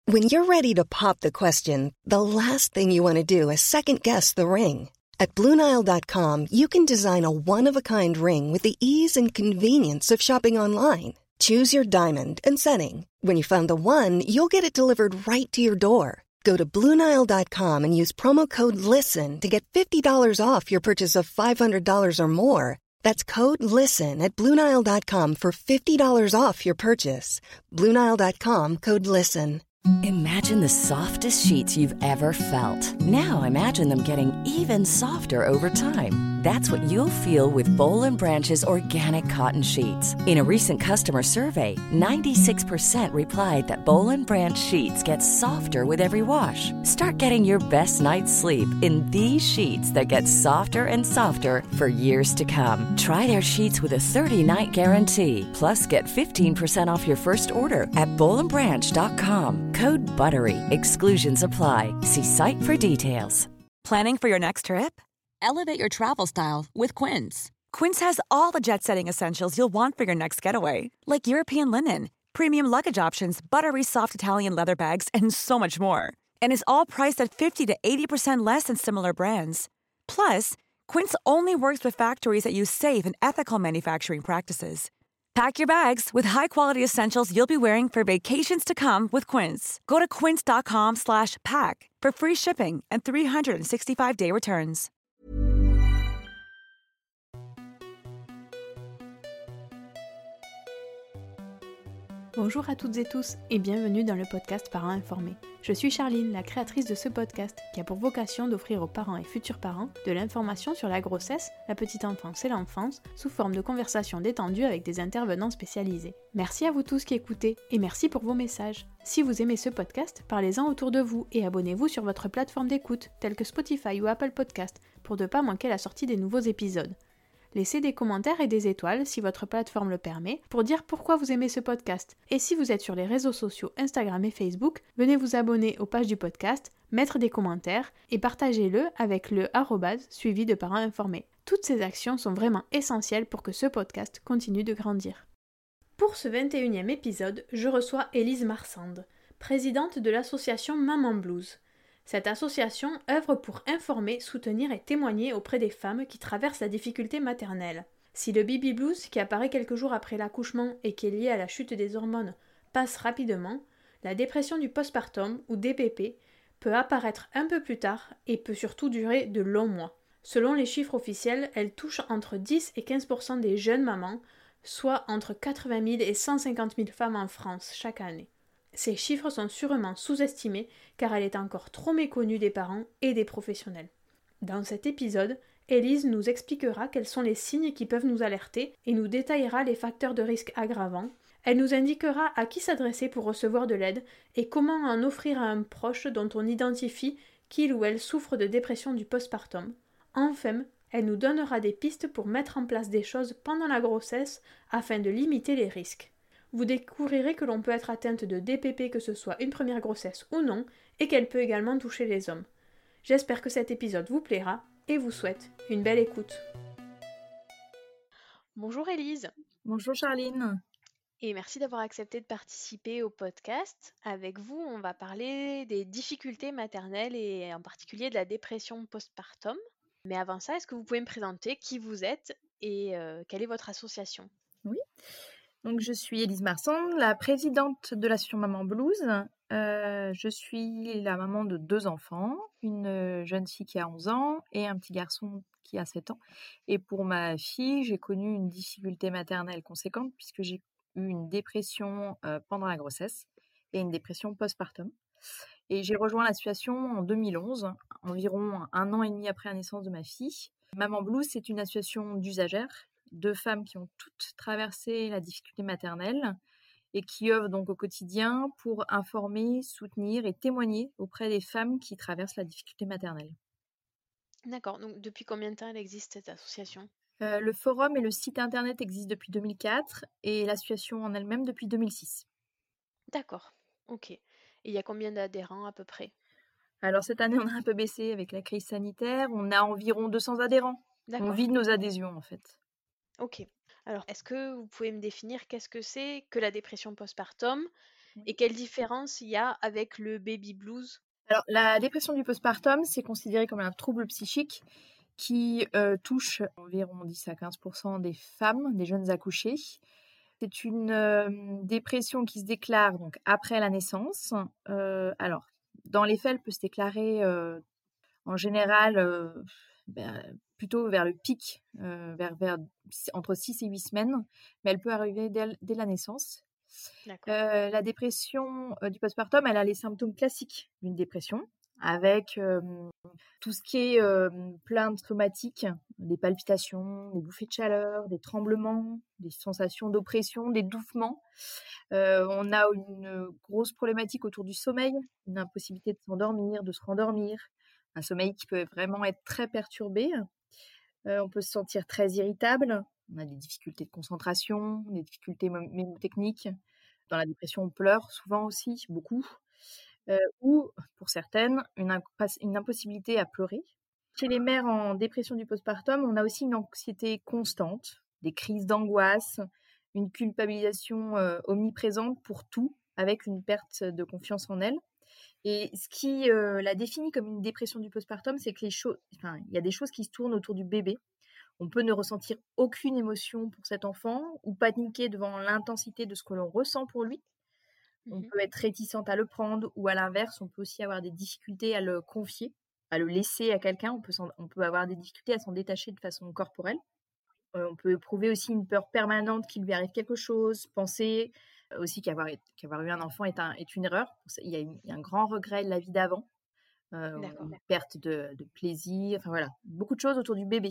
When you're ready to pop the question, the last thing you want to do is second-guess the ring. At BlueNile.com, you can design a one-of-a-kind ring with the ease and convenience of shopping online. Choose your diamond and setting. When you find the one, you'll get it delivered right to your door. Go to BlueNile.com and use promo code LISTEN to get $50 off your purchase of $500 or more. That's code LISTEN at BlueNile.com for $50 off your purchase. BlueNile.com, code LISTEN. Imagine the softest sheets you've ever felt. Now imagine them getting even softer over time. That's what you'll feel with Boll & Branch's organic cotton sheets. In a recent customer survey, 96% replied that Boll & Branch sheets get softer with every wash. Start getting your best night's sleep in these sheets that get softer and softer for years to come. Try their sheets with a 30-night guarantee. Plus, get 15% off your first order at bollandbranch.com. Code BUTTERY. Exclusions apply. See site for details. Planning for your next trip? Elevate your travel style with Quince. Quince has all the jet-setting essentials you'll want for your next getaway, like European linen, premium luggage options, buttery soft Italian leather bags, and so much more. And is all priced at 50 to 80% less than similar brands. Plus, Quince only works with factories that use safe and ethical manufacturing practices. Pack your bags with high-quality essentials you'll be wearing for vacations to come with Quince. Go to quince.com/pack for free shipping and 365-day returns. Bonjour à toutes et tous et bienvenue dans le podcast Parents Informés. Je suis Charline, la créatrice de ce podcast qui a pour vocation d'offrir aux parents et futurs parents de l'information sur la grossesse, la petite enfance et l'enfance sous forme de conversations détendues avec des intervenants spécialisés. Merci à vous tous qui écoutez et merci pour vos messages. Si vous aimez ce podcast, parlez-en autour de vous et abonnez-vous sur votre plateforme d'écoute telle que Spotify ou Apple Podcast pour ne pas manquer la sortie des nouveaux épisodes. Laissez des commentaires et des étoiles si votre plateforme le permet pour dire pourquoi vous aimez ce podcast. Et si vous êtes sur les réseaux sociaux Instagram et Facebook, venez vous abonner aux pages du podcast, mettre des commentaires et partagez-le avec le @ suivi de parents informés. Toutes ces actions sont vraiment essentielles pour que ce podcast continue de grandir. Pour ce 21e épisode, je reçois Élise Marsande, présidente de l'association Maman Blues. Cette association œuvre pour informer, soutenir et témoigner auprès des femmes qui traversent la difficulté maternelle. Si le baby blues, qui apparaît quelques jours après l'accouchement et qui est lié à la chute des hormones, passe rapidement, la dépression du postpartum, ou DPP, peut apparaître un peu plus tard et peut surtout durer de longs mois. Selon les chiffres officiels, elle touche entre 10 et 15% des jeunes mamans, soit entre 80 000 et 150 000 femmes en France chaque année. Ces chiffres sont sûrement sous-estimés car elle est encore trop méconnue des parents et des professionnels. Dans cet épisode, Élise nous expliquera quels sont les signes qui peuvent nous alerter et nous détaillera les facteurs de risque aggravants. Elle nous indiquera à qui s'adresser pour recevoir de l'aide et comment en offrir à un proche dont on identifie qu'il ou elle souffre de dépression du postpartum. Enfin, elle nous donnera des pistes pour mettre en place des choses pendant la grossesse afin de limiter les risques. Vous découvrirez que l'on peut être atteinte de DPP que ce soit une première grossesse ou non, et qu'elle peut également toucher les hommes. J'espère que cet épisode vous plaira et vous souhaite une belle écoute. Bonjour Élise. Bonjour Charline. Et merci d'avoir accepté de participer au podcast. Avec vous, on va parler des difficultés maternelles et en particulier de la dépression postpartum. Mais avant ça, est-ce que vous pouvez me présenter qui vous êtes et quelle est votre association ? Oui. Donc, je suis Élise Marsande, la présidente de l'association Maman Blues. Je suis la maman de 2 enfants, une jeune fille qui a 11 ans et un petit garçon qui a 7 ans. Et pour ma fille, j'ai connu une difficulté maternelle conséquente puisque j'ai eu une dépression pendant la grossesse et une dépression postpartum. Et j'ai rejoint l'association en 2011, environ 1 an et demi après la naissance de ma fille. Maman Blues, c'est une association d'usagères, de femmes qui ont toutes traversé la difficulté maternelle et qui œuvrent donc au quotidien pour informer, soutenir et témoigner auprès des femmes qui traversent la difficulté maternelle. D'accord, donc depuis combien de temps elle existe cette association ? Le forum et le site internet existent depuis 2004 et l'association en elle-même depuis 2006. D'accord, ok. Et il y a combien d'adhérents à peu près ? Alors cette année, on a un peu baissé avec la crise sanitaire. On a environ 200 adhérents. D'accord. On vide nos adhésions en fait. Ok. Alors, est-ce que vous pouvez me définir qu'est-ce que c'est que la dépression postpartum Et quelle différence il y a avec le baby blues? Alors, la dépression du postpartum, c'est considéré comme un trouble psychique qui touche environ 10 à 15% des femmes, des jeunes accouchées. C'est une dépression qui se déclare donc après la naissance. Alors, dans les faits, elle peut se déclarer en général plutôt vers le pic, vers entre 6 et 8 semaines, mais elle peut arriver dès la naissance. D'accord. La dépression du postpartum, elle a les symptômes classiques d'une dépression, avec tout ce qui est plaintes somatiques, des palpitations, des bouffées de chaleur, des tremblements, des sensations d'oppression, d'étouffement. On a une grosse problématique autour du sommeil, une impossibilité de s'endormir, de se rendormir, un sommeil qui peut vraiment être très perturbé. On peut se sentir très irritable, on a des difficultés de concentration, des difficultés mémotechniques. Dans la dépression, on pleure souvent aussi, beaucoup. Ou, pour certaines, une impossibilité à pleurer. Chez les mères en dépression du postpartum, on a aussi une anxiété constante, des crises d'angoisse, une culpabilisation omniprésente pour tout, avec une perte de confiance en elles. Et ce qui la définit comme une dépression du postpartum, c'est que il y a des choses qui se tournent autour du bébé. On peut ne ressentir aucune émotion pour cet enfant ou paniquer devant l'intensité de ce que l'on ressent pour lui. On peut être réticente à le prendre ou à l'inverse, on peut aussi avoir des difficultés à le confier, à le laisser à quelqu'un. On peut avoir des difficultés à s'en détacher de façon corporelle. On peut éprouver aussi une peur permanente qu'il lui arrive quelque chose, penser aussi qu'avoir eu un enfant est une erreur. Il y a un grand regret de la vie d'avant, D'accord. une perte de plaisir, enfin voilà, beaucoup de choses autour du bébé.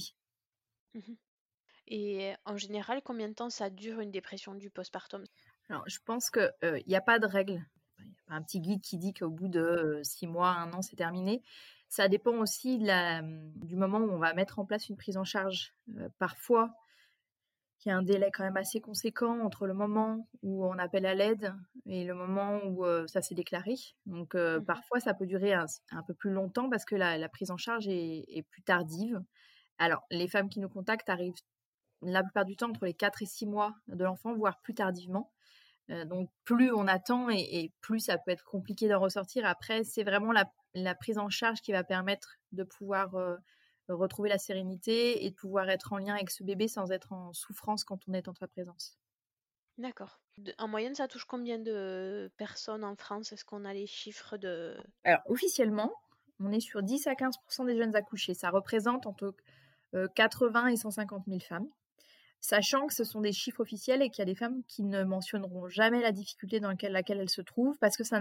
Et en général, combien de temps ça dure une dépression du postpartum? Alors, je pense qu'il n'y a pas de règle. Il n'y a pas un petit guide qui dit qu'au bout de 6 mois, 1 an, c'est terminé. Ça dépend aussi du moment où on va mettre en place une prise en charge. Parfois, il y a un délai quand même assez conséquent entre le moment où on appelle à l'aide et le moment où ça s'est déclaré. Donc, parfois, ça peut durer un peu plus longtemps parce que la prise en charge est plus tardive. Alors, les femmes qui nous contactent arrivent la plupart du temps entre les 4 et 6 mois de l'enfant, voire plus tardivement. Donc plus on attend et plus ça peut être compliqué d'en ressortir. Après, c'est vraiment la prise en charge qui va permettre de pouvoir retrouver la sérénité et de pouvoir être en lien avec ce bébé sans être en souffrance quand on est en sa présence. D'accord. En moyenne, ça touche combien de personnes en France? Est-ce qu'on a les chiffres de... Alors, officiellement, on est sur 10 à 15% des jeunes accouchés. Ça représente entre 80 et 150 000 femmes. Sachant que ce sont des chiffres officiels et qu'il y a des femmes qui ne mentionneront jamais la difficulté dans laquelle elles se trouvent parce que ça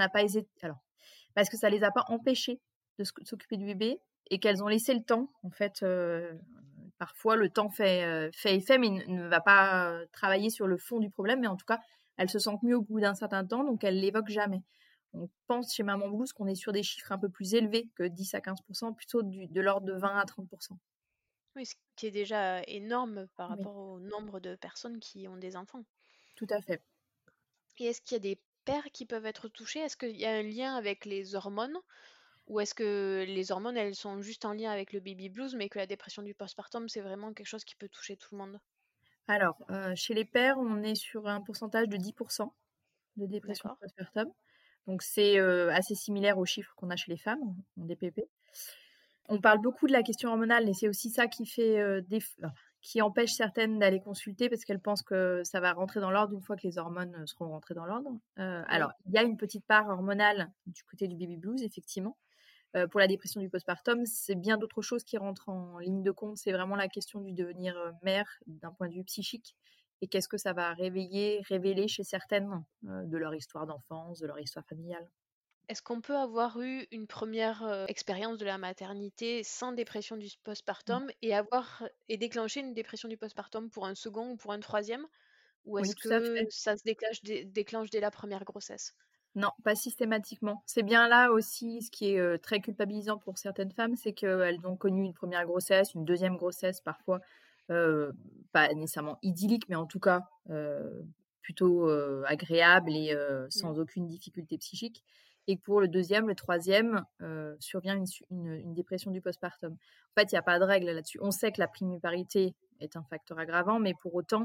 les a pas empêchées de s'occuper du bébé et qu'elles ont laissé le temps. En fait, parfois le temps fait effet, mais ne va pas travailler sur le fond du problème. Mais en tout cas, elles se sentent mieux au bout d'un certain temps, donc elles l'évoquent jamais. On pense chez Maman Blues qu'on est sur des chiffres un peu plus élevés que 10 à 15%, plutôt de l'ordre de 20 à 30%. Oui, ce qui est déjà énorme par Oui, rapport au nombre de personnes qui ont des enfants. tout à fait. Et est-ce qu'il y a des pères qui peuvent être touchés? Est-ce qu'il y a un lien avec les hormones? Ou est-ce que les hormones, elles sont juste en lien avec le baby blues, mais que la dépression du postpartum, c'est vraiment quelque chose qui peut toucher tout le monde? Alors, chez les pères, on est sur un pourcentage de 10% de dépression D'accord. postpartum. Donc, c'est assez similaire aux chiffres qu'on a chez les femmes en DPP. On parle beaucoup de la question hormonale et c'est aussi ça qui fait qui empêche certaines d'aller consulter parce qu'elles pensent que ça va rentrer dans l'ordre une fois que les hormones seront rentrées dans l'ordre. Alors, il y a une petite part hormonale du côté du baby blues, effectivement. Pour la dépression du postpartum, c'est bien d'autres choses qui rentrent en ligne de compte. C'est vraiment la question du devenir mère d'un point de vue psychique et qu'est-ce que ça va révéler chez certaines de leur histoire d'enfance, de leur histoire familiale. Est-ce qu'on peut avoir eu une première expérience de la maternité sans dépression du postpartum et déclencher une dépression du postpartum pour un second ou pour un troisième? Ou Oui, est-ce tout à que fait. ça se déclenche dès la première grossesse? Non, pas systématiquement. C'est bien là aussi ce qui est très culpabilisant pour certaines femmes, c'est qu'elles ont connu une première grossesse, une deuxième grossesse parfois, pas nécessairement idyllique, mais en tout cas plutôt agréable et sans aucune difficulté psychique. Et pour le deuxième, le troisième, survient une dépression du postpartum. En fait, il n'y a pas de règle là-dessus. On sait que la primiparité est un facteur aggravant, mais pour autant,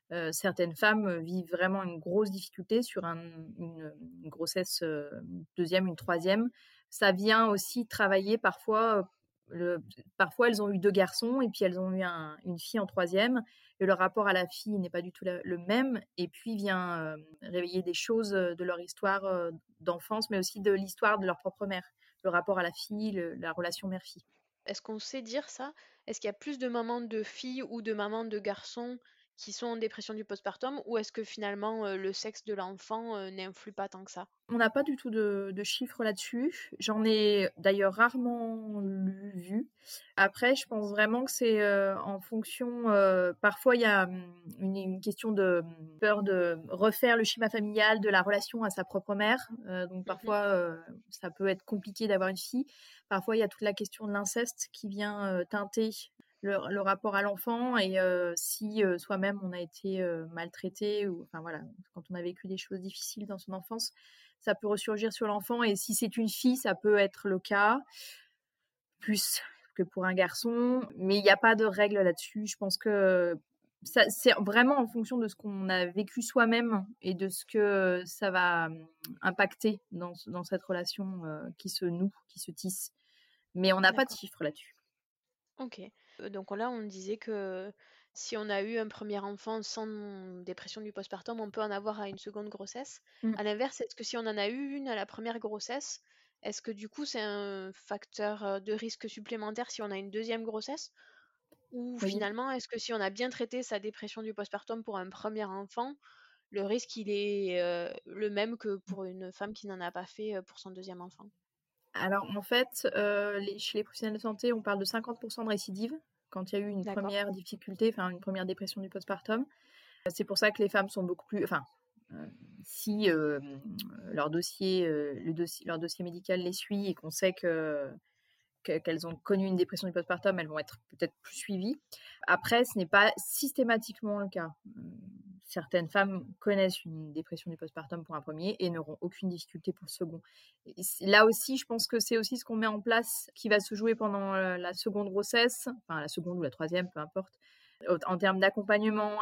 Certaines femmes vivent vraiment une grosse difficulté sur une grossesse, deuxième, une troisième. Ça vient aussi travailler parfois, parfois elles ont eu 2 garçons et puis elles ont eu une fille en troisième et le rapport à la fille n'est pas du tout le même et puis vient, réveiller des choses, de leur histoire, d'enfance, mais aussi de l'histoire de leur propre mère. Le rapport à la fille, la relation mère-fille. Est-ce qu'on sait dire ça? Est-ce qu'il y a plus de mamans de filles ou de mamans de garçons qui sont en dépression du postpartum ou est-ce que finalement, le sexe de l'enfant, n'influe pas tant que ça? On n'a pas du tout de chiffres là-dessus. J'en ai d'ailleurs rarement vu. Après, je pense vraiment que c'est, en fonction, parfois il y a, une question de, peur de refaire le schéma familial de la relation à sa propre mère. Donc Mmh. parfois, ça peut être compliqué d'avoir une fille. Parfois, il y a toute la question de l'inceste qui vient, teinter le rapport à l'enfant et si, soi-même on a été, maltraité ou enfin voilà, quand on a vécu des choses difficiles dans son enfance, ça peut ressurgir sur l'enfant et si c'est une fille, ça peut être le cas, plus que pour un garçon, mais il n'y a pas de règle là-dessus. Je pense que ça c'est vraiment en fonction de ce qu'on a vécu soi-même et de ce que ça va, impacter dans cette relation, qui se noue, qui se tisse. Mais on n'a pas de D'accord. chiffres là-dessus. OK. Donc là, on disait que si on a eu un premier enfant sans dépression du postpartum, on peut en avoir à une seconde grossesse. Mmh. À l'inverse, est-ce que si on en a eu une à la première grossesse, est-ce que du coup c'est un facteur, de risque supplémentaire si on a une deuxième grossesse? Ou Oui. finalement, est-ce que si on a bien traité sa dépression du postpartum pour un premier enfant, le risque il est, le même que pour une femme qui n'en a pas fait, pour son deuxième enfant? Alors en fait, chez les professionnels de santé, on parle de 50 de récidive quand il y a eu une D'accord. première difficulté, enfin une première dépression du postpartum. C'est pour ça que les femmes sont beaucoup plus enfin, heu, si, leur dossier, leur dossier médical les suit et qu'on sait qu'elles ont connu une dépression du postpartum, elles vont être peut-être plus suivies. Après, ce n'est pas systématiquement le cas. Certaines femmes connaissent une dépression du postpartum pour un premier et n'auront aucune difficulté pour le second. Et là aussi, je pense que c'est aussi ce qu'on met en place qui va se jouer pendant la seconde grossesse, enfin la seconde ou la troisième, peu importe. En termes d'accompagnement,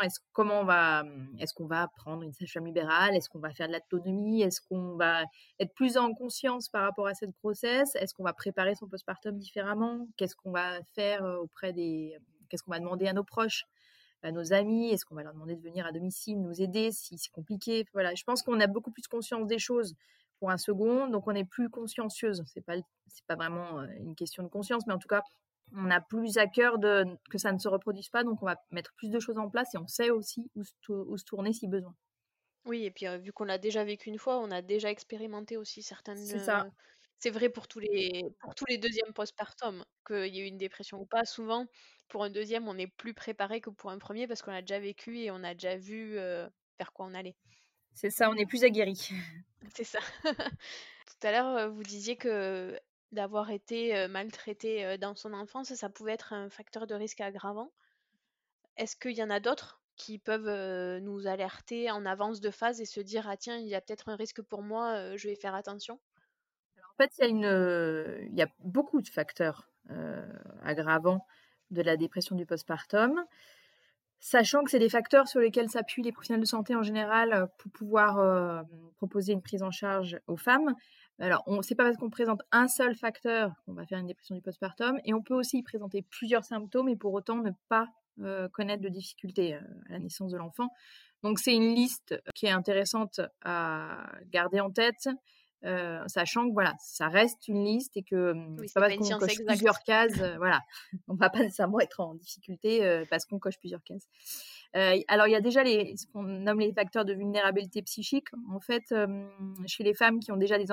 est-ce qu'on va prendre une sage-femme libérale? Est-ce qu'on va faire de l'autonomie? Est-ce qu'on va être plus en conscience par rapport à cette grossesse? Est-ce qu'on va préparer son postpartum différemment? Qu'est-ce qu'on va faire qu'est-ce qu'on va demander à nos proches, à nos amis? Est-ce qu'on va leur demander de venir à domicile, nous aider si c'est compliqué? Voilà, je pense qu'on a beaucoup plus conscience des choses pour un second, donc on est plus consciencieuse. C'est pas vraiment une question de conscience, mais en tout cas, on a plus à cœur que ça ne se reproduise pas, donc on va mettre plus de choses en place et on sait aussi où se tourner si besoin. Oui et puis, vu qu'on l'a déjà vécu une fois, on a déjà expérimenté aussi certaines, C'est ça. c'est vrai pour tous les 2e postpartum, qu'il y ait eu une dépression ou pas. Souvent, pour un deuxième, on est plus préparé que pour un premier parce qu'on a déjà vécu et on a déjà vu, vers quoi on allait. C'est ça, on est plus aguerris. C'est ça. Tout à l'heure, vous disiez que d'avoir été, maltraité, dans son enfance, ça pouvait être un facteur de risque aggravant. Est-ce qu'il y en a d'autres qui peuvent, nous alerter en avance de phase et se dire: «Ah tiens, il y a peut-être un risque pour moi, je vais faire attention»? En fait, il y a beaucoup de facteurs, aggravants de la dépression du postpartum, sachant que c'est des facteurs sur lesquels s'appuient les professionnels de santé en général, pour pouvoir, proposer une prise en charge aux femmes. Alors c'est pas parce qu'on présente un seul facteur qu'on va faire une dépression du postpartum et on peut aussi y présenter plusieurs symptômes et pour autant ne pas, connaître de difficultés, à la naissance de l'enfant. Donc c'est une liste qui est intéressante à garder en tête. Sachant que voilà, ça reste une liste et que, Oui, c'est pas c'est pas parce une qu'on science coche exacte. plusieurs cases, voilà, on va pas nécessairement être en difficulté, parce qu'on coche plusieurs cases. Alors il y a déjà ce qu'on nomme les facteurs de vulnérabilité psychique. En fait, chez les femmes qui ont déjà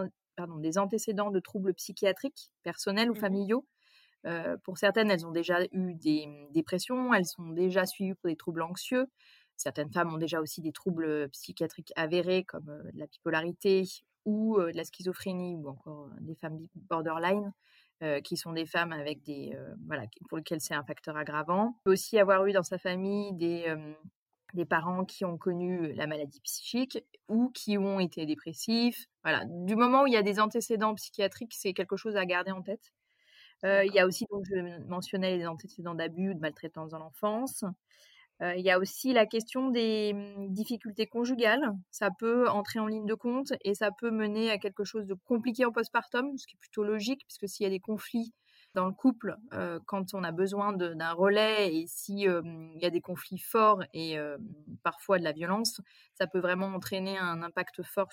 des antécédents de troubles psychiatriques, personnels ou Mmh. familiaux, pour certaines, elles ont déjà eu des dépressions, elles sont déjà suivies pour des troubles anxieux. Certaines femmes ont déjà aussi des troubles psychiatriques avérés comme de la bipolarité ou de la schizophrénie ou encore des femmes borderline, qui sont des femmes avec voilà, pour lesquelles c'est un facteur aggravant. On peut aussi avoir eu dans sa famille des parents qui ont connu la maladie psychique ou qui ont été dépressifs. Voilà, du moment où il y a des antécédents psychiatriques, c'est quelque chose à garder en tête. Il y D'accord. a aussi, donc je mentionnais les antécédents d'abus ou de maltraitance dans l'enfance. Il y a aussi la question des difficultés conjugales. Ça peut entrer en ligne de compte et ça peut mener à quelque chose de compliqué en postpartum, ce qui est plutôt logique, puisque s'il y a des conflits dans le couple, quand on a besoin d'un relais et si il y a des conflits forts et parfois de la violence, ça peut vraiment entraîner un impact fort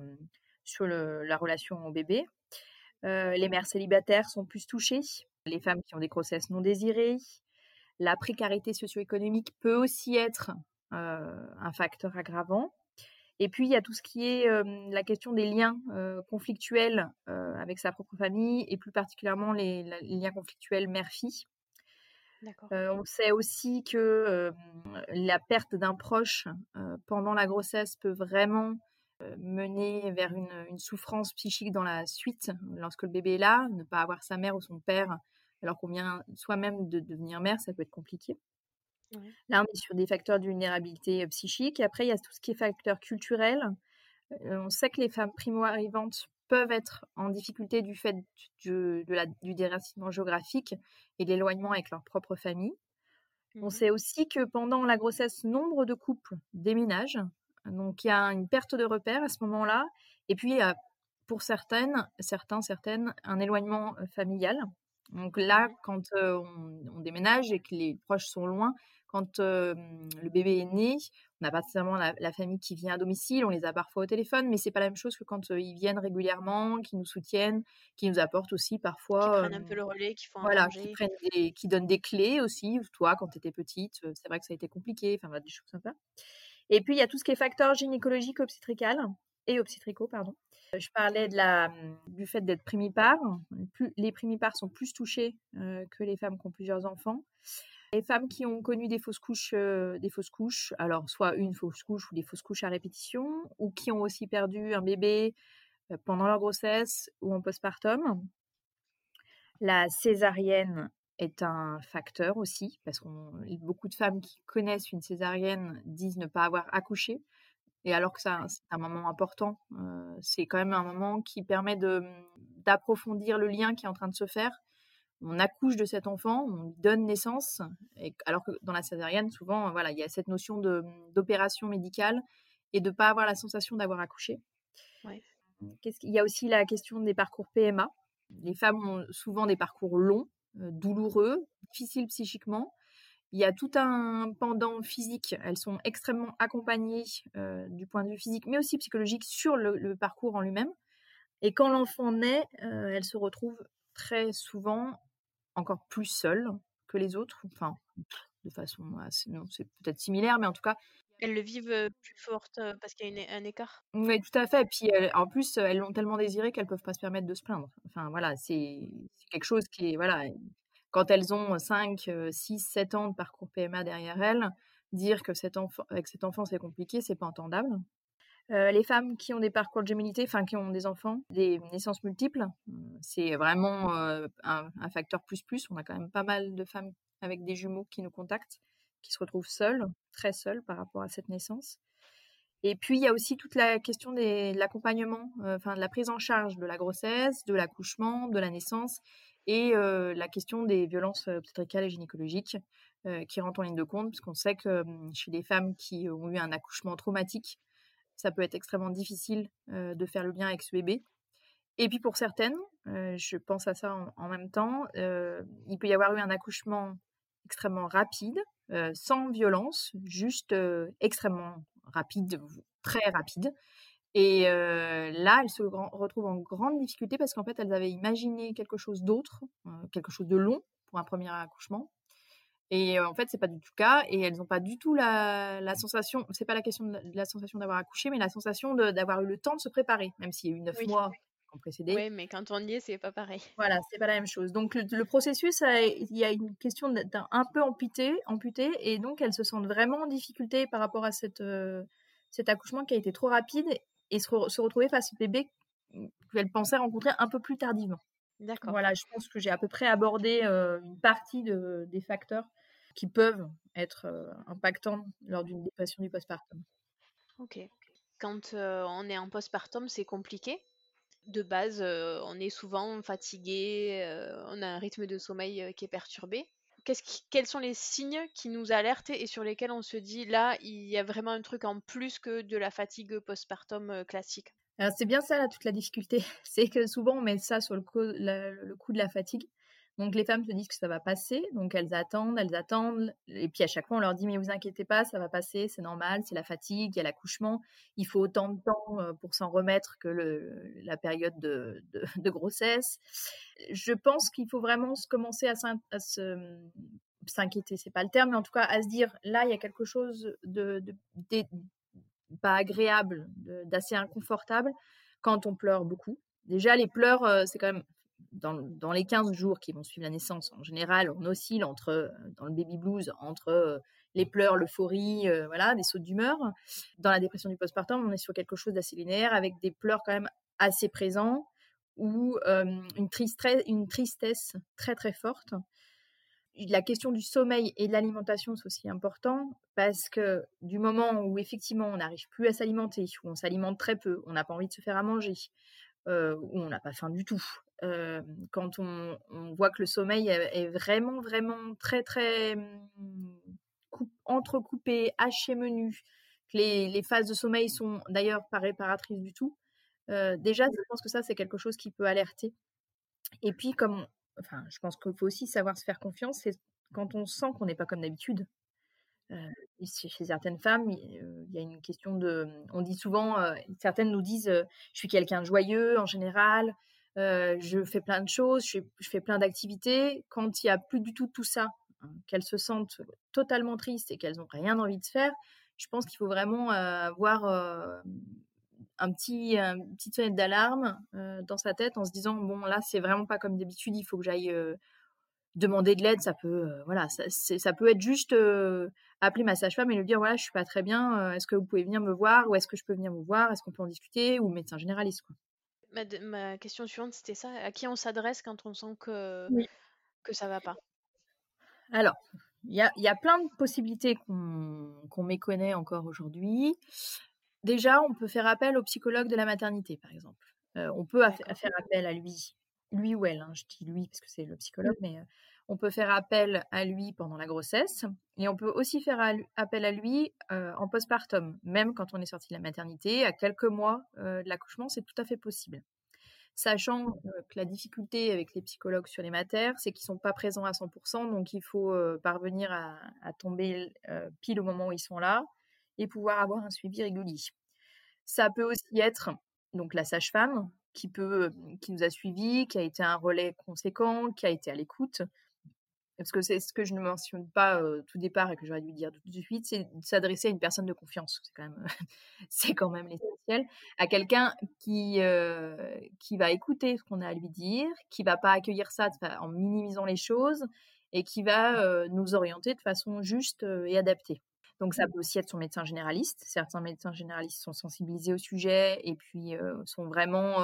sur la relation au bébé. Les mères célibataires sont plus touchées, les femmes qui ont des grossesses non désirées. La précarité socio-économique peut aussi être un facteur aggravant. Et puis, il y a tout ce qui est la question des liens conflictuels avec sa propre famille et plus particulièrement les liens conflictuels mère-fille. D'accord. On sait aussi que la perte d'un proche pendant la grossesse peut vraiment mener vers une souffrance psychique dans la suite lorsque le bébé est là. Ne pas avoir sa mère ou son père alors qu'on vient soi-même de devenir mère, ça peut être compliqué. Ouais. Là, on est sur des facteurs de vulnérabilité psychique. Et après, il y a tout ce qui est facteur culturel. On sait que les femmes primo-arrivantes peuvent être en difficulté du fait du déracinement géographique et de l'éloignement avec leur propre famille. On sait aussi que pendant la grossesse, nombre de couples déménagent. Donc, il y a une perte de repères à ce moment-là. Et puis, il y a pour certaines, un éloignement familial. Donc là, quand on déménage et que les proches sont loin, quand le bébé est né, on n'a pas nécessairement la famille qui vient à domicile, on les a parfois au téléphone, mais c'est pas la même chose que quand ils viennent régulièrement, qui nous soutiennent, qui nous apportent aussi Qui parfois, prennent un peu le relais, qui font à voilà, manger. qui donnent des clés aussi. Toi, quand tu étais petite, c'est vrai que ça a été compliqué, enfin voilà, des choses sympas. Et puis il y a tout ce qui est facteurs gynécologiques obstétricaux, pardon. Je parlais du fait d'être primipare. Les primipares sont plus touchées que les femmes qui ont plusieurs enfants. Les femmes qui ont connu des fausses couches, alors soit une fausse couche ou des fausses couches à répétition, ou qui ont aussi perdu un bébé pendant leur grossesse ou en postpartum. La césarienne est un facteur aussi, parce que beaucoup de femmes qui connaissent une césarienne disent ne pas avoir accouché. Et alors que c'est un moment important, c'est quand même un moment qui permet d'approfondir le lien qui est en train de se faire. On accouche de cet enfant, on lui donne naissance, alors que dans la césarienne, souvent, voilà, il y a cette notion d'opération médicale et de ne pas avoir la sensation d'avoir accouché. Ouais. Il y a aussi la question des parcours PMA. Les femmes ont souvent des parcours longs, douloureux, difficiles psychiquement. Il y a tout un pendant physique. Elles sont extrêmement accompagnées du point de vue physique, mais aussi psychologique sur le parcours en lui-même. Et quand l'enfant naît, elles se retrouvent très souvent encore plus seules que les autres. Enfin, de façon assez, non, c'est peut-être similaire, mais en tout cas. Elles le vivent plus forte parce qu'il y a un écart. Oui, tout à fait. Et puis, en plus, elles l'ont tellement désiré qu'elles peuvent pas se permettre de se plaindre. Enfin, voilà, c'est quelque chose qui est, voilà, quand elles ont 5, 6, 7 ans de parcours PMA derrière elles, dire que avec cet enfant c'est compliqué, c'est pas entendable. Les femmes qui ont des parcours de gémellité, enfin qui ont des enfants, des naissances multiples, c'est vraiment un facteur plus. On a quand même pas mal de femmes avec des jumeaux qui nous contactent, qui se retrouvent seules, très seules par rapport à cette naissance. Et puis, il y a aussi toute la question de l'accompagnement, de la prise en charge de la grossesse, de l'accouchement, de la naissance et la question des violences obstétricales et gynécologiques qui rentrent en ligne de compte, parce qu'on sait que chez des femmes qui ont eu un accouchement traumatique, ça peut être extrêmement difficile de faire le lien avec ce bébé. Et puis pour certaines, je pense à ça en même temps, il peut y avoir eu un accouchement extrêmement rapide, sans violence, juste extrêmement rapide, très rapide. Et là, elles se retrouvent en grande difficulté parce qu'en fait, elles avaient imaginé quelque chose d'autre, quelque chose de long pour un premier accouchement. Et en fait, c'est pas du tout le cas. Et elles n'ont pas du tout la sensation, c'est pas la question de la sensation d'avoir accouché, mais la sensation d'avoir eu le temps de se préparer, même s'il y a eu 9 mois qui ont précédé. Oui, mais quand on y est, c'est pas pareil. Voilà, c'est pas la même chose. Donc le processus, il y a une question d'un peu amputé, et donc elles se sentent vraiment en difficulté par rapport à cet accouchement qui a été trop rapide et se retrouver face au bébé qu'elles pensaient rencontrer un peu plus tardivement. D'accord. Voilà, je pense que j'ai à peu près abordé une partie des facteurs qui peuvent être impactants lors d'une dépression du postpartum. Ok. Quand on est en postpartum, c'est compliqué. De base, on est souvent fatigué, on a un rythme de sommeil qui est perturbé. quels sont les signes qui nous alertent et sur lesquels on se dit là, il y a vraiment un truc en plus que de la fatigue postpartum classique? Alors c'est bien ça là toute la difficulté, c'est que souvent on met ça sur le coup de la fatigue. Donc les femmes se disent que ça va passer, donc elles attendent et puis à chaque fois on leur dit: «Mais vous inquiétez pas, ça va passer, c'est normal, c'est la fatigue, il y a l'accouchement, il faut autant de temps, pour s'en remettre que la période de grossesse». Je pense qu'il faut vraiment commencer s'inquiéter, c'est pas le terme, mais en tout cas à se dire: «Là, il y a quelque chose de dé pas agréable, d'assez inconfortable quand on pleure beaucoup. Déjà, les pleurs, c'est quand même dans les 15 jours qui vont suivre la naissance, en général, on oscille entre, dans le baby blues, entre, les pleurs, l'euphorie, voilà, des sautes d'humeur. Dans la dépression du postpartum, on est sur quelque chose d'assez linéaire avec des pleurs quand même assez présents ou, une tristesse très, très forte. La question du sommeil et de l'alimentation, c'est aussi important parce que du moment où effectivement on n'arrive plus à s'alimenter, où on s'alimente très peu, on n'a pas envie de se faire à manger, où on n'a pas faim du tout, quand on voit que le sommeil est vraiment, vraiment très, très entrecoupé, haché menu, que les phases de sommeil sont d'ailleurs pas réparatrices du tout, déjà je pense que ça c'est quelque chose qui peut alerter. Et puis je pense qu'il faut aussi savoir se faire confiance, c'est quand on sent qu'on n'est pas comme d'habitude. Heu, chez certaines femmes, il y a une question on dit souvent, certaines nous disent, «Je suis quelqu'un de joyeux en général, je fais plein de choses, je fais plein d'activités». Quand il y a plus du tout ça, hein, qu'elles se sentent totalement tristes et qu'elles ont rien envie de faire, je pense qu'il faut vraiment, avoir, une petite sonnette d'alarme, dans sa tête en se disant: «Bon là, c'est vraiment pas comme d'habitude, il faut que j'aille, demander de l'aide». Ça peut, voilà, ça peut être juste, appeler ma sage-femme et lui dire: «Voilà, je suis pas très bien, est-ce que vous pouvez venir me voir? Ou est-ce que je peux venir vous voir? Est-ce qu'on peut en discuter?» Ou le médecin généraliste, quoi. Ma question suivante, c'était ça. À qui on s'adresse quand on sent Oui. que ça va pas? Alors, il y a plein de possibilités qu'on méconnaît encore aujourd'hui. Déjà, on peut faire appel au psychologue de la maternité, par exemple. On peut D'accord. faire appel à lui ou elle, hein, je dis lui parce que c'est le psychologue, mais on peut faire appel à lui pendant la grossesse et on peut aussi faire appel à lui, en postpartum. Même quand on est sorti de la maternité, à quelques mois, de l'accouchement, c'est tout à fait possible. Sachant, que la difficulté avec les psychologues sur les maters, c'est qu'ils sont pas présents à 100, donc il faut, parvenir à tomber, pile au moment où ils sont là et pouvoir avoir un suivi régulier. Ça peut aussi être donc la sage-femme qui nous a suivis, qui a été un relais conséquent, qui a été à l'écoute. Parce que c'est ce que je ne mentionne pas, tout départ et que j'aurais dû dire tout de suite, c'est de s'adresser à une personne de confiance. C'est quand même, c'est quand même l'essentiel. À quelqu'un qui va écouter ce qu'on a à lui dire, qui va pas accueillir ça en minimisant les choses et qui va, nous orienter de façon juste, et adaptée. Donc ça peut aussi être son médecin généraliste. Certains médecins généralistes sont sensibilisés au sujet et puis, sont vraiment,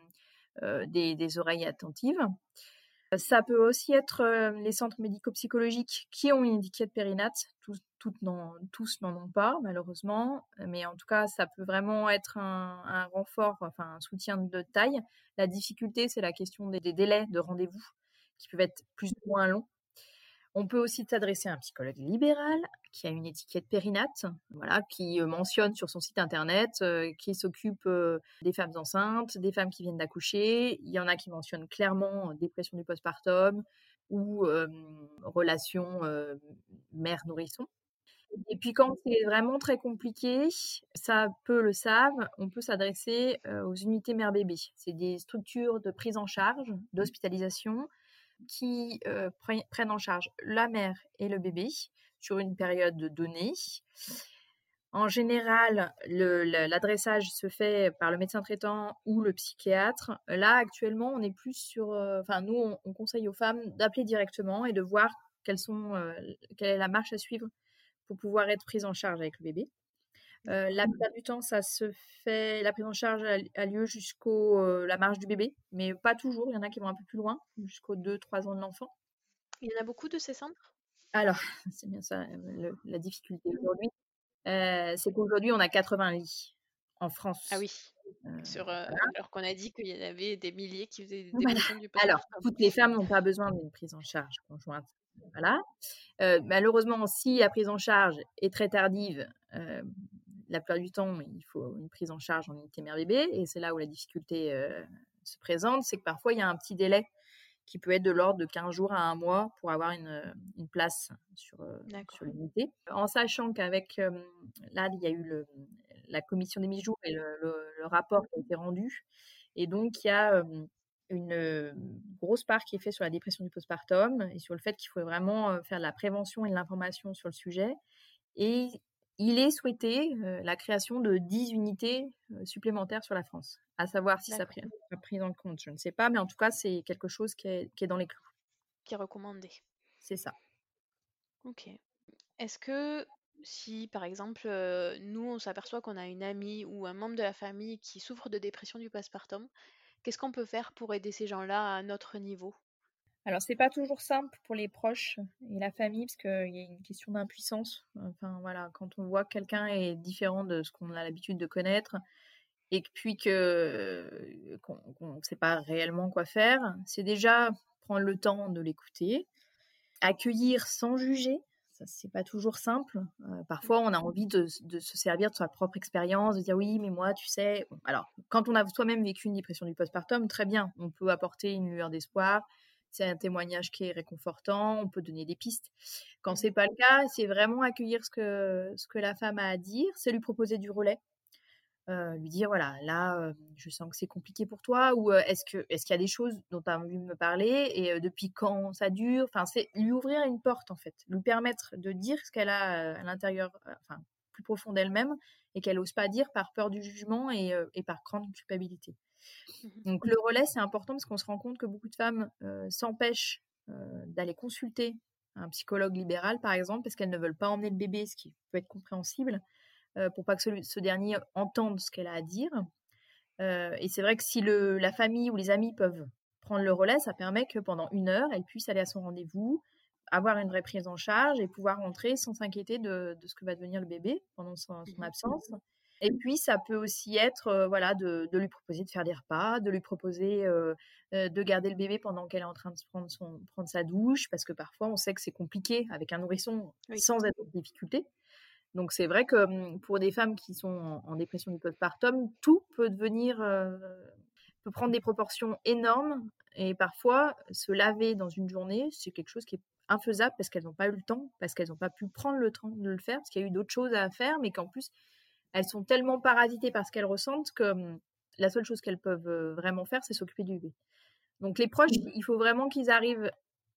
des oreilles attentives. Ça peut aussi être, les centres médico-psychologiques qui ont une étiquette périnate. Tous n'en ont pas malheureusement, mais en tout cas, ça peut vraiment être un renfort, enfin un soutien de taille. La difficulté, c'est la question des délais de rendez-vous qui peuvent être plus ou moins longs. On peut aussi s'adresser à un psychologue libéral qui a une étiquette périnate, voilà, qui, mentionne sur son site internet, qu'il s'occupe, des femmes enceintes, des femmes qui viennent d'accoucher. Il y en a qui mentionnent clairement, dépression du postpartum ou, relation, mère-nourrisson. Et puis quand c'est vraiment très compliqué, ça peu le savent, on peut s'adresser, aux unités mère-bébé. C'est des structures de prise en charge, d'hospitalisation qui, prennent en charge la mère et le bébé sur une période donnée. En général, l'adressage se fait par le médecin traitant ou le psychiatre. Là, actuellement, on est plus sur, nous, on conseille aux femmes d'appeler directement et de voir quelle est la marche à suivre pour pouvoir être prise en charge avec le bébé. La plupart du temps, la prise en charge a lieu jusqu'au la marche du bébé, mais pas toujours. Il y en a qui vont un peu plus loin, jusqu'aux 2-3 ans de l'enfant. Il y en a beaucoup de ces centres? Alors, c'est bien ça, la difficulté aujourd'hui, c'est qu'aujourd'hui, on a 80 lits en Ah France. oui, sur, Voilà. alors qu'on a dit qu'il y en avait des milliers qui faisaient des Voilà. dépressions du Alors, postpartum. toutes les femmes n'ont pas besoin d'une prise en charge conjointe. voilà. Malheureusement, si la prise en charge est très tardive, la plupart du temps, il faut une prise en charge en unité mère-bébé et c'est là où la difficulté, se présente. C'est que parfois, il y a un petit délai qui peut être de l'ordre de 15 jours à 1 mois pour avoir une place sur D'accord. l'unité. En sachant qu'avec, là, il y a eu la commission des mi-jours et le rapport qui a été rendu et donc il y a, une grosse part qui est faite sur la dépression du postpartum et sur le fait qu'il faut vraiment, faire de la prévention et de l'information sur le sujet et il est souhaité, la création de 10 unités, supplémentaires sur la France. À savoir si ça D'accord. sera pris en compte, je ne sais pas, mais en tout cas, c'est quelque chose qui est dans les clous. Qui est recommandé. C'est ça. OK. Est-ce que si, par exemple, nous, on s'aperçoit qu'on a une amie ou un membre de la famille qui souffre de dépression du postpartum, qu'est-ce qu'on peut faire pour aider ces gens-là à notre niveau? Alors, c'est pas toujours simple pour les proches et la famille parce qu'il y a une question d'impuissance. Enfin, voilà, quand on voit que quelqu'un est différent de ce qu'on a l'habitude de connaître et puis qu'on ne sait pas réellement quoi faire, c'est déjà prendre le temps de l'écouter, accueillir sans juger. Ça, c'est pas toujours simple. Parfois, on a envie de se servir de sa propre expérience, de dire oui, mais moi, tu sais. Bon, alors, quand on a soi-même vécu une dépression du postpartum, très bien, on peut apporter une lueur d'espoir. C'est un témoignage qui est réconfortant, on peut donner des pistes. Quand c'est pas le cas, c'est vraiment accueillir ce que la femme a à dire, c'est lui proposer du relais. Lui dire voilà, là, je sens que c'est compliqué pour toi ou est-ce qu'il y a des choses dont tu as envie de me parler et depuis quand ça dure? Enfin, c'est lui ouvrir une porte, en fait, lui permettre de dire ce qu'elle a, à l'intérieur, enfin, plus profond d'elle-même et qu'elle ose pas dire par peur du jugement et par crainte de culpabilité. Mmh. Donc le relais, c'est important parce qu'on se rend compte que beaucoup de femmes, s'empêchent, d'aller consulter un psychologue libéral, par exemple, parce qu'elles ne veulent pas emmener le bébé, ce qui peut être compréhensible, pour pas que ce dernier entende ce qu'elle a à dire. Et c'est vrai que si la famille ou les amis peuvent prendre le relais, ça permet que pendant 1 heure, elle puisse aller à son rendez-vous, avoir une vraie prise en charge et pouvoir rentrer sans s'inquiéter de ce que va devenir le bébé pendant son Mmh. absence. Et puis ça peut aussi être, voilà, de lui proposer de faire des repas, de lui proposer, de garder le bébé pendant qu'elle est en train de prendre sa douche, parce que parfois on sait que c'est compliqué avec un nourrisson Oui. sans être en difficulté. Donc c'est vrai que, pour des femmes qui sont en dépression du postpartum, tout peut devenir, peut prendre des proportions énormes et parfois se laver dans une journée, c'est quelque chose qui est infaisable parce qu'elles n'ont pas eu le temps, parce qu'elles n'ont pas pu prendre le temps de le faire, parce qu'il y a eu d'autres choses à faire, mais qu'en plus, elles sont tellement parasitées par ce qu'elles ressentent que, la seule chose qu'elles peuvent, vraiment faire, c'est s'occuper du bébé. Donc les proches, il faut vraiment qu'ils arrivent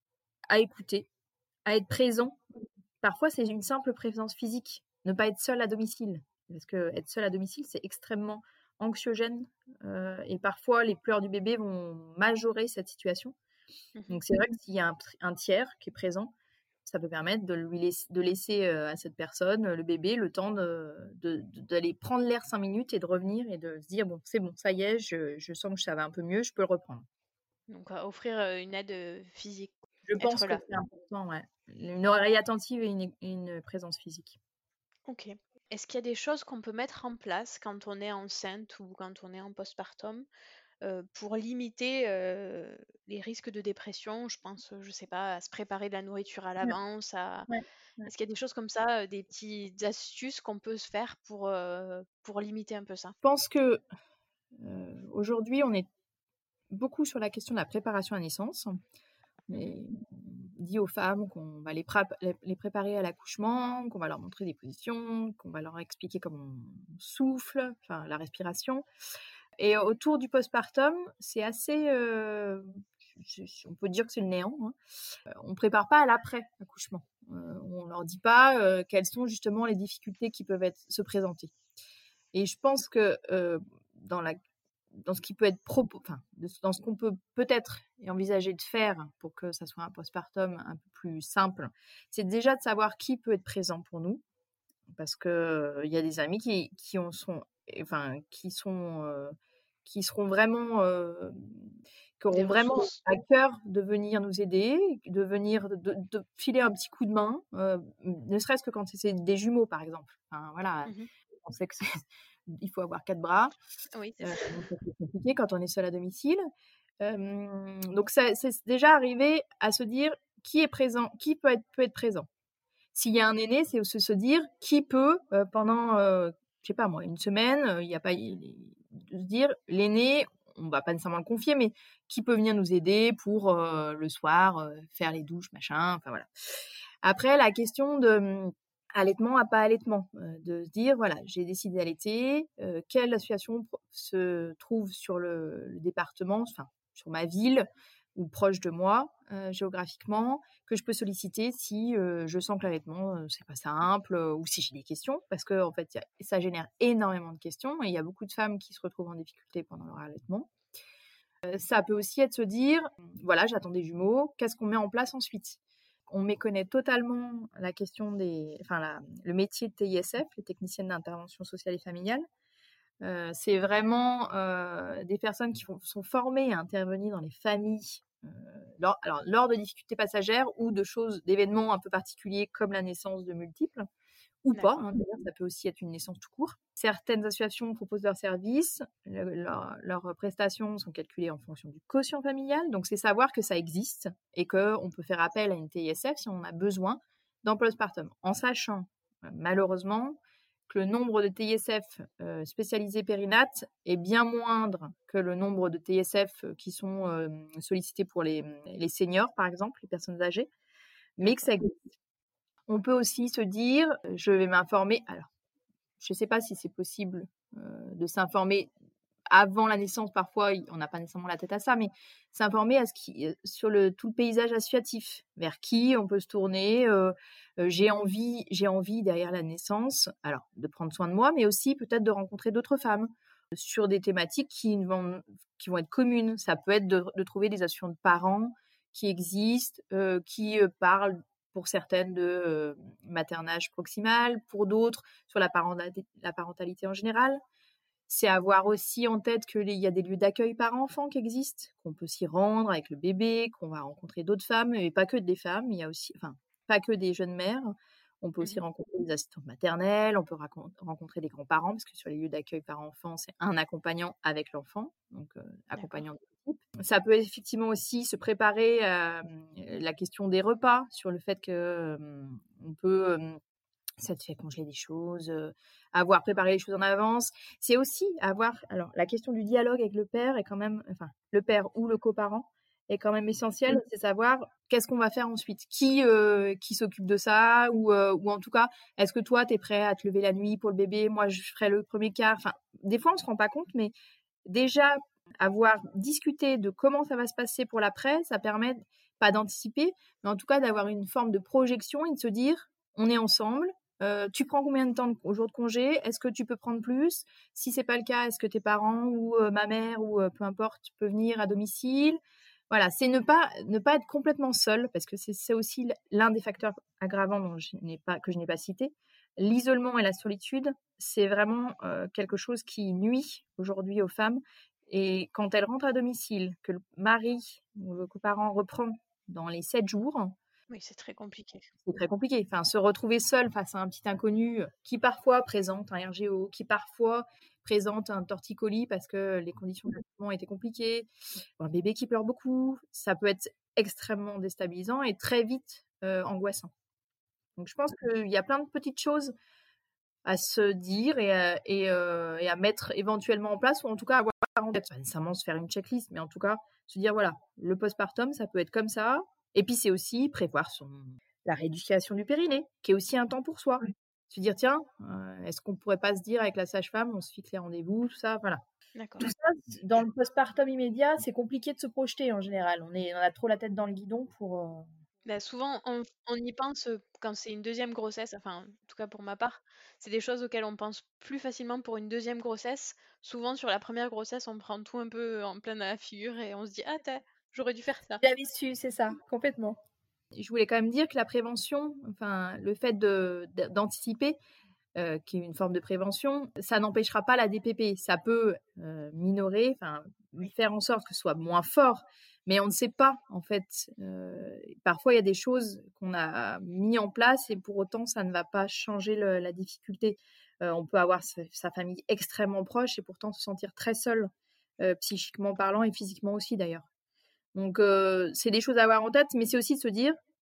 à écouter, à être présents. Parfois, c'est une simple présence physique, ne pas être seul à domicile. Parce qu'être seul à domicile, c'est extrêmement anxiogène et parfois les pleurs du bébé vont majorer cette situation. Mmh. Donc c'est vrai que s'il y a un tiers qui est présent, ça peut permettre de laisser à cette personne, le bébé, le temps d'aller prendre l'air 5 minutes et de revenir et de se dire bon, c'est bon, ça y est, je sens que ça va un peu mieux, je peux le reprendre. Donc offrir, une aide, physique, Je pense être que là. c'est important, ouais. Une oreille attentive et une présence physique. OK. Est-ce qu'il y a des choses qu'on peut mettre en place quand on est enceinte ou quand on est en postpartum, pour limiter, les risques de dépression? Je pense, je sais pas, à se préparer de la nourriture à Ouais, l'avance, à ouais, ouais. est-ce qu'il y a des choses comme ça, des petites astuces qu'on peut se faire pour limiter un peu ça? Je pense que, aujourd'hui, on est beaucoup sur la question de la préparation à la naissance. Mmh. Et on dit aux femmes qu'on va les préparer à l'accouchement, qu'on va leur montrer des positions, qu'on va leur expliquer comment on souffle, enfin la respiration. Et autour du postpartum, c'est assez, on peut dire que c'est le néant, hein. On prépare pas à l'après-accouchement. On leur dit pas, quelles sont justement les difficultés qui peuvent se présenter. Et je pense que, dans la dans ce qui peut être dans ce qu'on peut peut-être et envisager de faire pour que ça soit un postpartum un peu plus simple, c'est déjà de savoir qui peut être présent pour nous. Parce que, il y a des amis qui seront vraiment, qui Des auront vraiment ressources. à cœur de venir nous aider, de venir de filer un petit coup de main, ne serait-ce que quand c'est des jumeaux, par exemple. Enfin voilà, Mmh. on sait que il faut avoir 4 bras, Oui, c'est vrai. donc ça c'est compliqué quand on est seul à domicile. Donc c'est déjà arriver à se dire qui est présent, qui peut être présent. S'il y a un aîné, c'est se dire qui peut pendant, je sais pas moi, une semaine, il y a pas de se dire l'aîné, on va pas nécessairement le confier, mais qui peut venir nous aider pour le soir faire les douches, machin, enfin voilà. Après, la question de allaitement à pas allaitement, de se dire voilà, j'ai décidé d'allaiter, quelle association se trouve sur le département, enfin sur ma ville ou proche de moi géographiquement, que je peux solliciter si je sens que l'allaitement c'est pas simple ou si j'ai des questions, parce que en fait ça génère énormément de questions et il y a beaucoup de femmes qui se retrouvent en difficulté pendant leur allaitement. Ça peut aussi être se dire voilà, j'attends des jumeaux, qu'est-ce qu'on met en place ensuite? On méconnaît totalement la question le métier de TISF, les techniciennes d'intervention sociale et familiale. C'est vraiment des personnes qui sont formées à intervenir dans les familles lors de difficultés passagères ou d'événements un peu particuliers comme la naissance de multiples, ou pas, d'ailleurs, ça peut aussi être une naissance tout court. Certaines associations proposent leurs services, leurs prestations sont calculées en fonction du quotient familial, donc c'est savoir que ça existe et qu'on peut faire appel à une TISF si on a besoin dans postpartum, en sachant malheureusement que le nombre de TISF spécialisés périnate est bien moindre que le nombre de TISF qui sont sollicités pour les seniors, par exemple, les personnes âgées, mais que ça existe. On peut aussi se dire, je vais m'informer. Alors, je ne sais pas si c'est possible de s'informer avant la naissance. Parfois, on n'a pas nécessairement la tête à ça, mais s'informer sur tout le paysage associatif, vers qui on peut se tourner. J'ai envie derrière la naissance, alors de prendre soin de moi, mais aussi peut-être de rencontrer d'autres femmes sur des thématiques qui vont être communes. Ça peut être de trouver des associations de parents qui existent, qui parlent pour certaines de maternage proximal, pour d'autres sur la parentalité en général. C'est avoir aussi en tête qu'il y a des lieux d'accueil par enfant qui existent, qu'on peut s'y rendre avec le bébé, qu'on va rencontrer d'autres femmes, et pas que des femmes, il y a aussi, pas que des jeunes mères. On peut aussi rencontrer des assistantes maternelles, on peut rencontrer des grands-parents, parce que sur les lieux d'accueil par enfant, c'est un accompagnant avec l'enfant, donc accompagnant de l'équipe. Ça peut effectivement aussi se préparer à la question des repas, sur le fait qu'on peut... ça te fait congeler des choses, avoir préparé les choses en avance. C'est aussi alors la question du dialogue avec le père est quand même, le père ou le coparent est quand même essentiel, c'est savoir qu'est-ce qu'on va faire ensuite, qui s'occupe de ça, ou en tout cas, est-ce que toi, t'es prêt à te lever la nuit pour le bébé, moi je ferai le premier quart, des fois on se rend pas compte, mais déjà avoir discuté de comment ça va se passer pour l'après, ça permet pas d'anticiper, mais en tout cas d'avoir une forme de projection et de se dire, on est ensemble. Tu prends combien de temps au jour de congé? Est-ce que tu peux prendre plus? Si c'est pas le cas, est-ce que tes parents ou ma mère ou peu importe peut venir à domicile? Voilà, c'est ne pas être complètement seul, parce que c'est aussi l'un des facteurs aggravants que je n'ai pas cité. L'isolement et la solitude, c'est vraiment quelque chose qui nuit aujourd'hui aux femmes. Et quand elles rentrent à domicile, que le mari ou le coparent reprend dans les 7 jours, oui, c'est très compliqué. C'est très compliqué. Se retrouver seul face à un petit inconnu qui parfois présente un RGO, qui parfois présente un torticolis parce que les conditions de traitement étaient compliquées, ou un bébé qui pleure beaucoup, ça peut être extrêmement déstabilisant et très vite angoissant. Donc je pense qu'il y a plein de petites choses à se dire et à mettre éventuellement en place, ou en tout cas avoir en tête, pas nécessairement se faire une checklist, mais en tout cas se dire voilà, le postpartum ça peut être comme ça. Et puis c'est aussi prévoir la rééducation du périnée, qui est aussi un temps pour soi. Se dire tiens, est-ce qu'on pourrait pas se dire avec la sage-femme, on se fixe les rendez-vous, tout ça, voilà. D'accord. Tout ça, dans le postpartum immédiat, c'est compliqué de se projeter en général. On a trop la tête dans le guidon pour... Souvent, on y pense quand c'est une deuxième grossesse, enfin, en tout cas pour ma part, c'est des choses auxquelles on pense plus facilement pour une deuxième grossesse. Souvent, sur la première grossesse, on prend tout un peu en pleine à la figure et on se dit, ah, j'aurais dû faire ça. J'avais su, c'est ça, complètement. Je voulais quand même dire que la prévention, le fait d'anticiper, qui est une forme de prévention, ça n'empêchera pas la DPP. Ça peut minorer, faire en sorte que ce soit moins fort, mais on ne sait pas, en fait. Parfois, il y a des choses qu'on a mis en place et pour autant, ça ne va pas changer la difficulté. On peut avoir sa famille extrêmement proche et pourtant se sentir très seul, psychiquement parlant et physiquement aussi, d'ailleurs. Donc, c'est des choses à avoir en tête, mais c'est aussi de se dire,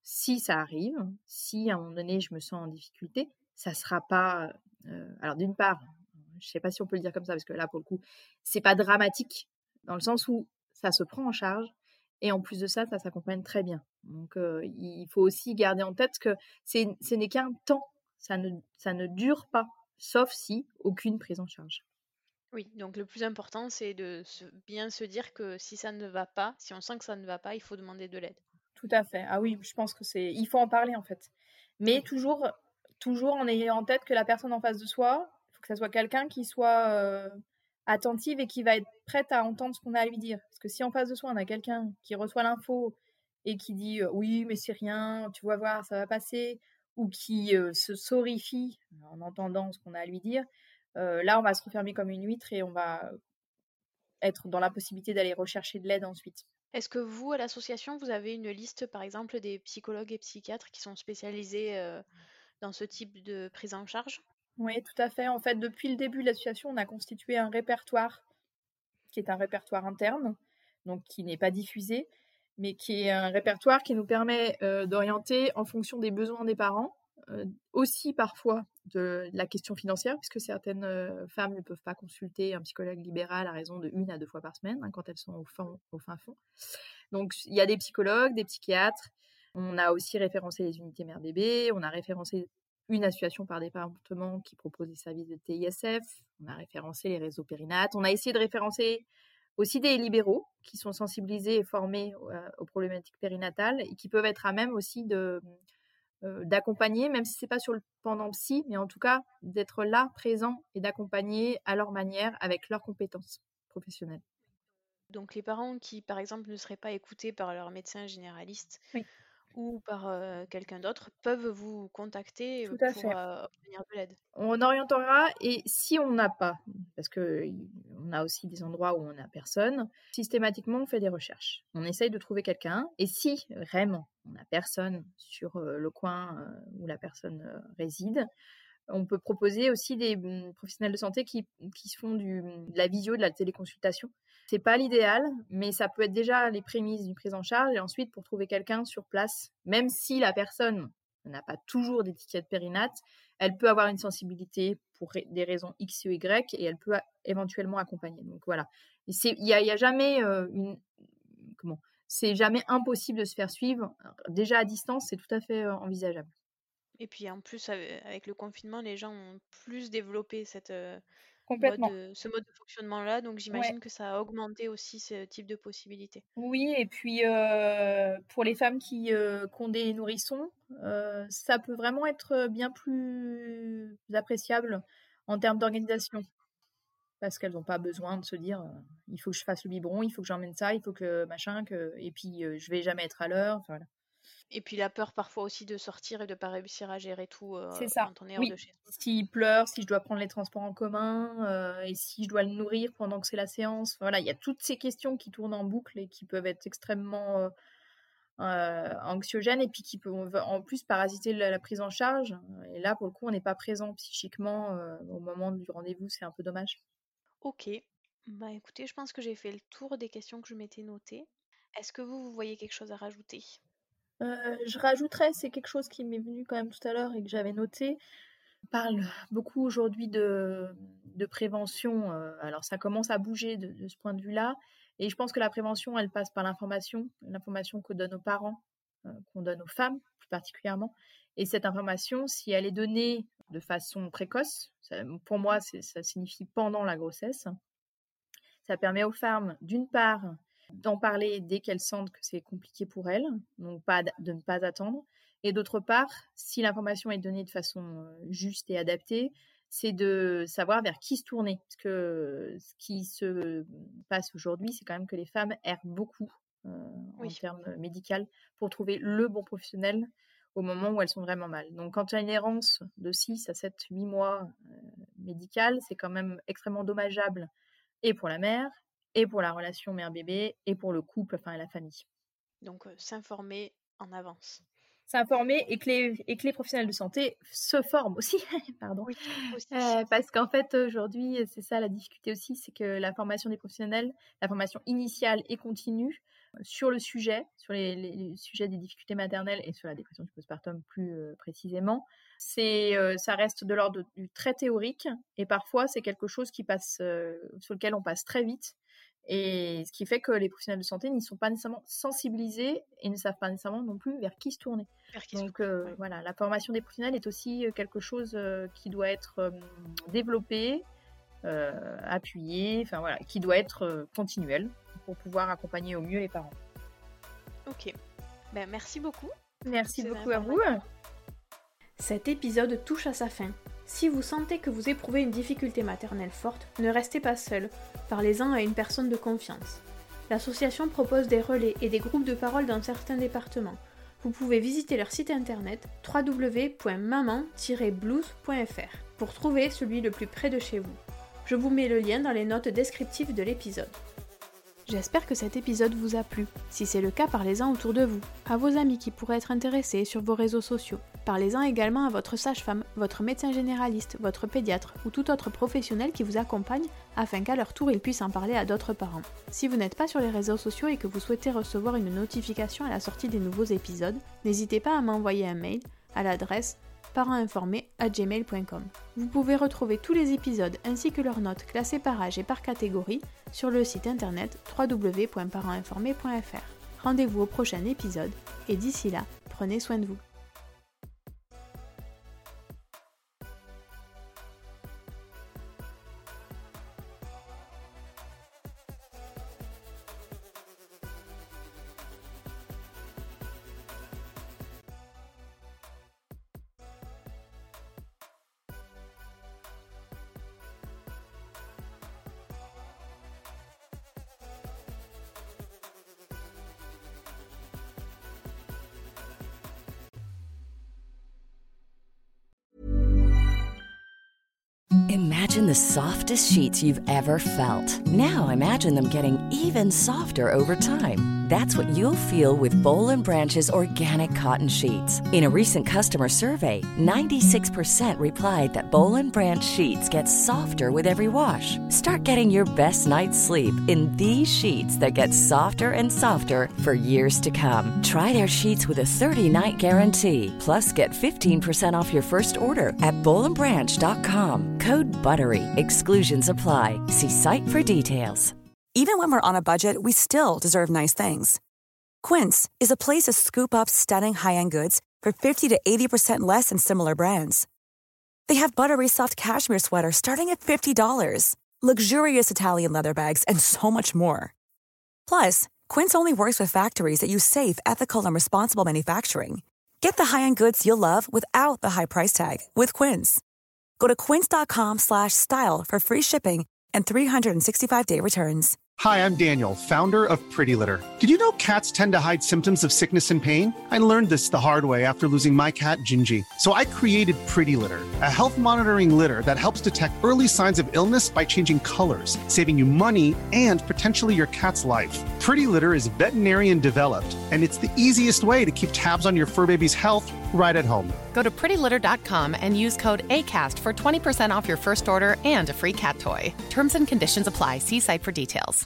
si ça arrive, si à un moment donné je me sens en difficulté, ça sera pas. Alors d'une part, je sais pas si on peut le dire comme ça parce que là pour le coup, c'est pas dramatique dans le sens où ça se prend en charge et en plus de ça s'accompagne très bien. Donc il faut aussi garder en tête que ce n'est qu'un temps, ça ne dure pas, sauf si aucune prise en charge. Oui, donc le plus important, c'est de bien se dire que si ça ne va pas, si on sent que ça ne va pas, il faut demander de l'aide. Tout à fait. Ah oui, je pense que il faut en parler en fait. Mais Oui. toujours en ayant en tête que la personne en face de soi, il faut que ça soit quelqu'un qui soit attentive et qui va être prête à entendre ce qu'on a à lui dire. Parce que si en face de soi, on a quelqu'un qui reçoit l'info et qui dit oui, mais c'est rien, tu vas voir, ça va passer, ou qui se sorrifie en entendant ce qu'on a à lui dire, là, on va se refermer comme une huître et on va être dans l'impossibilité d'aller rechercher de l'aide ensuite. Est-ce que vous, à l'association, vous avez une liste, par exemple, des psychologues et psychiatres qui sont spécialisés dans ce type de prise en charge? Oui, tout à fait. En fait, depuis le début de l'association, on a constitué un répertoire qui est un répertoire interne, donc qui n'est pas diffusé, mais qui est un répertoire qui nous permet d'orienter en fonction des besoins des parents, aussi parfois de la question financière, puisque certaines femmes ne peuvent pas consulter un psychologue libéral à raison de 1 à 2 fois par semaine, hein, quand elles sont au fin fond. Donc, il y a des psychologues, des psychiatres. On a aussi référencé les unités mère-bébé. On a référencé une association par département qui propose des services de TISF. On a référencé les réseaux périnates. On a essayé de référencer aussi des libéraux qui sont sensibilisés et formés aux problématiques périnatales et qui peuvent être à même aussi d'accompagner, même si c'est pas sur le pendant psy, mais en tout cas d'être là, présent et d'accompagner à leur manière avec leurs compétences professionnelles. Donc les parents qui, par exemple, ne seraient pas écoutés par leur médecin généraliste Oui, ou par quelqu'un d'autre peuvent vous contacter tout à pour fait. obtenir de l'aide. On orientera et si on n'a pas, parce que on a aussi des endroits où on n'a personne, systématiquement on fait des recherches. On essaye de trouver quelqu'un et si vraiment on n'a personne sur le coin où la personne réside, on peut proposer aussi des professionnels de santé qui se font de la visio, de la téléconsultation. C'est pas l'idéal, mais ça peut être déjà les prémices d'une prise en charge et ensuite pour trouver quelqu'un sur place, même si la personne n'a pas toujours d'étiquette périnate, elle peut avoir une sensibilité pour des raisons X ou Y et elle peut éventuellement accompagner. Donc voilà. Il y a jamais c'est jamais impossible de se faire suivre. Déjà à distance, c'est tout à fait envisageable. Et puis en plus, avec le confinement, les gens ont plus développé Complètement. ce mode de fonctionnement-là, donc Ouais. j'imagine que ça a augmenté aussi ce type de possibilités. Oui, et puis pour les femmes qui ont des nourrissons, ça peut vraiment être bien plus appréciable en termes d'organisation. Parce qu'elles n'ont pas besoin de se dire il faut que je fasse le biberon, il faut que j'emmène ça, il faut que machin, et puis je vais jamais être à l'heure. Enfin, voilà. Et puis la peur parfois aussi de sortir et de pas réussir à gérer tout C'est ça. quand on est hors Oui. de chez soi. S'il pleure, si je dois prendre les transports en commun, et si je dois le nourrir pendant que c'est la séance. Voilà, il y a toutes ces questions qui tournent en boucle et qui peuvent être extrêmement anxiogènes et puis qui peuvent en plus parasiter la prise en charge. Et là, pour le coup, on n'est pas présent psychiquement au moment du rendez-vous, c'est un peu dommage. Ok, bah écoutez, je pense que j'ai fait le tour des questions que je m'étais notées. Est-ce que vous voyez quelque chose à rajouter? Je rajouterais, c'est quelque chose qui m'est venu quand même tout à l'heure et que j'avais noté. On parle beaucoup aujourd'hui de prévention. Alors ça commence à bouger de ce point de vue-là. Et je pense que la prévention, elle passe par l'information qu'on donne aux parents, qu'on donne aux femmes plus particulièrement. Et cette information, si elle est donnée de façon précoce, pour moi, ça signifie pendant la grossesse, ça permet aux femmes, d'une part, d'en parler dès qu'elles sentent que c'est compliqué pour elles, donc de ne pas attendre. Et d'autre part, si l'information est donnée de façon juste et adaptée, c'est de savoir vers qui se tourner. Parce que ce qui se passe aujourd'hui, c'est quand même que les femmes errent beaucoup en termes médicaux pour trouver le bon professionnel au moment où elles sont vraiment mal. Donc quand il y a une errance de 6 à 7, 8 mois médicale, c'est quand même extrêmement dommageable et pour la mère, et pour la relation mère-bébé, et pour le couple, enfin, et la famille. Donc s'informer en avance. S'informer et que les professionnels de santé se forment aussi, pardon. Oui, aussi. Parce qu'en fait, aujourd'hui, c'est ça la difficulté aussi, c'est que la formation des professionnels, la formation initiale et continue, sur le sujet, sur les sujets des difficultés maternelles et sur la dépression du postpartum plus précisément. Ça reste de l'ordre du très théorique et parfois c'est quelque chose sur lequel on passe très vite. Et ce qui fait que les professionnels de santé n'y sont pas nécessairement sensibilisés et ne savent pas nécessairement non plus vers qui se tourner. Donc voilà, la formation des professionnels est aussi quelque chose qui doit être développé, appuyé, enfin voilà, qui doit être continuel pour pouvoir accompagner au mieux les parents. Ok, merci beaucoup. Merci beaucoup à vous. Cet épisode touche à sa fin. Si vous sentez que vous éprouvez une difficulté maternelle forte, ne restez pas seul, parlez-en à une personne de confiance. L'association propose des relais et des groupes de parole dans certains départements. Vous pouvez visiter leur site internet www.maman-blues.fr pour trouver celui le plus près de chez vous. Je vous mets le lien dans les notes descriptives de l'épisode. J'espère que cet épisode vous a plu. Si c'est le cas, parlez-en autour de vous, à vos amis qui pourraient être intéressés sur vos réseaux sociaux. Parlez-en également à votre sage-femme, votre médecin généraliste, votre pédiatre ou tout autre professionnel qui vous accompagne afin qu'à leur tour ils puissent en parler à d'autres parents. Si vous n'êtes pas sur les réseaux sociaux et que vous souhaitez recevoir une notification à la sortie des nouveaux épisodes, n'hésitez pas à m'envoyer un mail à l'adresse parentinformés@gmail.com. Vous pouvez retrouver tous les épisodes ainsi que leurs notes classées par âge et par catégorie sur le site internet www.parentinformés.fr. Rendez-vous au prochain épisode et d'ici là, prenez soin de vous. Imagine the softest sheets you've ever felt. Now imagine them getting even softer over time. That's what you'll feel with Boll & Branch's organic cotton sheets. In a recent customer survey, 96% replied that Boll & Branch sheets get softer with every wash. Start getting your best night's sleep in these sheets that get softer and softer for years to come. Try their sheets with a 30-night guarantee. Plus, get 15% off your first order at bollandbranch.com. Code BUTTERY. Exclusions apply. See site for details. Even when we're on a budget, we still deserve nice things. Quince is a place to scoop up stunning high-end goods for 50 to 80% less than similar brands. They have buttery soft cashmere sweaters starting at $50, luxurious Italian leather bags, and so much more. Plus, Quince only works with factories that use safe, ethical, and responsible manufacturing. Get the high-end goods you'll love without the high price tag with Quince. Go to quince.com/style for free shipping and 365-day returns. Hi, I'm Daniel, founder of Pretty Litter. Did you know cats tend to hide symptoms of sickness and pain? I learned this the hard way after losing my cat, Gingy. So I created Pretty Litter, a health monitoring litter that helps detect early signs of illness by changing colors, saving you money and potentially your cat's life. Pretty Litter is veterinarian developed, and it's the easiest way to keep tabs on your fur baby's health right at home. Go to prettylitter.com and use code ACAST for 20% off your first order and a free cat toy. Terms and conditions apply. See site for details.